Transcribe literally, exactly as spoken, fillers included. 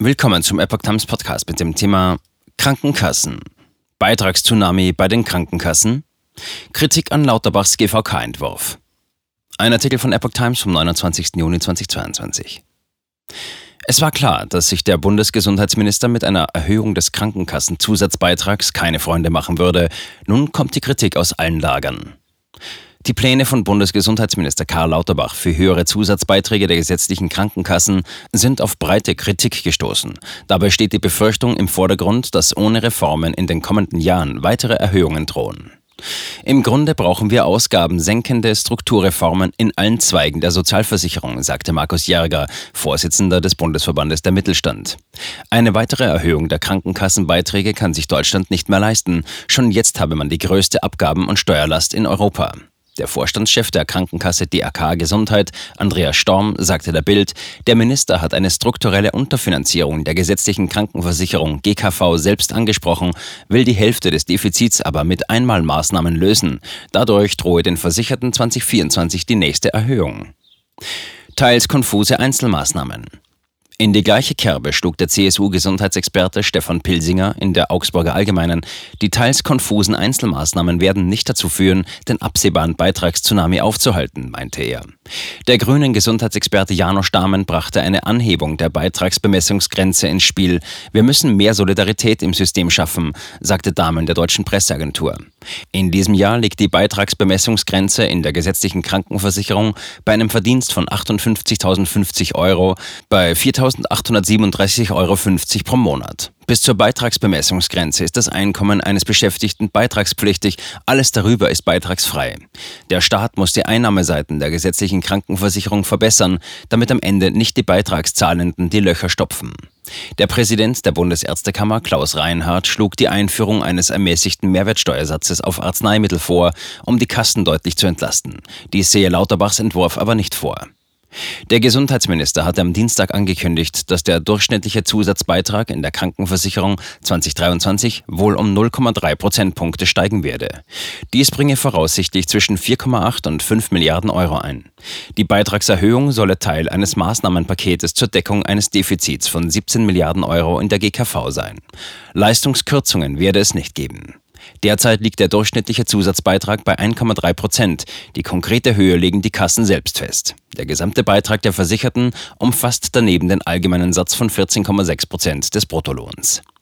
Willkommen zum Epoch Times Podcast mit dem Thema Krankenkassen. Beitragstsunami bei den Krankenkassen? Kritik an Lauterbachs G V K-Entwurf. Ein Artikel von Epoch Times vom neunundzwanzigsten Juni zweitausendzweiundzwanzig. Es war klar, dass sich der Bundesgesundheitsminister mit einer Erhöhung des Krankenkassenzusatzbeitrags keine Freunde machen würde. Nun kommt die Kritik aus allen Lagern. Die Pläne von Bundesgesundheitsminister Karl Lauterbach für höhere Zusatzbeiträge der gesetzlichen Krankenkassen sind auf breite Kritik gestoßen. Dabei steht die Befürchtung im Vordergrund, dass ohne Reformen in den kommenden Jahren weitere Erhöhungen drohen. Im Grunde brauchen wir ausgabensenkende Strukturreformen in allen Zweigen der Sozialversicherung, sagte Markus Jerger, Vorsitzender des Bundesverbandes der Mittelstand. Eine weitere Erhöhung der Krankenkassenbeiträge kann sich Deutschland nicht mehr leisten. Schon jetzt habe man die größte Abgaben- und Steuerlast in Europa. Der Vorstandschef der Krankenkasse D R K Gesundheit, Andreas Storm, sagte der Bild, der Minister hat eine strukturelle Unterfinanzierung der gesetzlichen Krankenversicherung G K V selbst angesprochen, will die Hälfte des Defizits aber mit Einmalmaßnahmen lösen. Dadurch drohe den Versicherten zwanzig vierundzwanzig die nächste Erhöhung. Teils konfuse Einzelmaßnahmen. In die gleiche Kerbe schlug der C S U-Gesundheitsexperte Stefan Pilsinger in der Augsburger Allgemeinen. Die teils konfusen Einzelmaßnahmen werden nicht dazu führen, den absehbaren Beitragstsunami aufzuhalten, meinte er. Der grünen Gesundheitsexperte Janosch Dahmen brachte eine Anhebung der Beitragsbemessungsgrenze ins Spiel. Wir müssen mehr Solidarität im System schaffen, sagte Dahmen der Deutschen Presseagentur. In diesem Jahr liegt die Beitragsbemessungsgrenze in der gesetzlichen Krankenversicherung bei einem Verdienst von achtundfünfzigtausendfünfzig Euro bei viertausendachthundertsiebenunddreißig Euro fünfzig pro Monat. Bis zur Beitragsbemessungsgrenze ist das Einkommen eines Beschäftigten beitragspflichtig, alles darüber ist beitragsfrei. Der Staat muss die Einnahmeseiten der gesetzlichen Krankenversicherung verbessern, damit am Ende nicht die Beitragszahlenden die Löcher stopfen. Der Präsident der Bundesärztekammer, Klaus Reinhardt, schlug die Einführung eines ermäßigten Mehrwertsteuersatzes auf Arzneimittel vor, um die Kassen deutlich zu entlasten. Dies sehe Lauterbachs Entwurf aber nicht vor. Der Gesundheitsminister hatte am Dienstag angekündigt, dass der durchschnittliche Zusatzbeitrag in der Krankenversicherung zweitausenddreiundzwanzig wohl um null Komma drei Prozentpunkte steigen werde. Dies bringe voraussichtlich zwischen vier Komma acht und fünf Milliarden Euro ein. Die Beitragserhöhung solle Teil eines Maßnahmenpaketes zur Deckung eines Defizits von siebzehn Milliarden Euro in der G K V sein. Leistungskürzungen werde es nicht geben. Derzeit liegt der durchschnittliche Zusatzbeitrag bei ein Komma drei Prozent. Die konkrete Höhe legen die Kassen selbst fest. Der gesamte Beitrag der Versicherten umfasst daneben den allgemeinen Satz von vierzehn Komma sechs Prozent des Bruttolohns.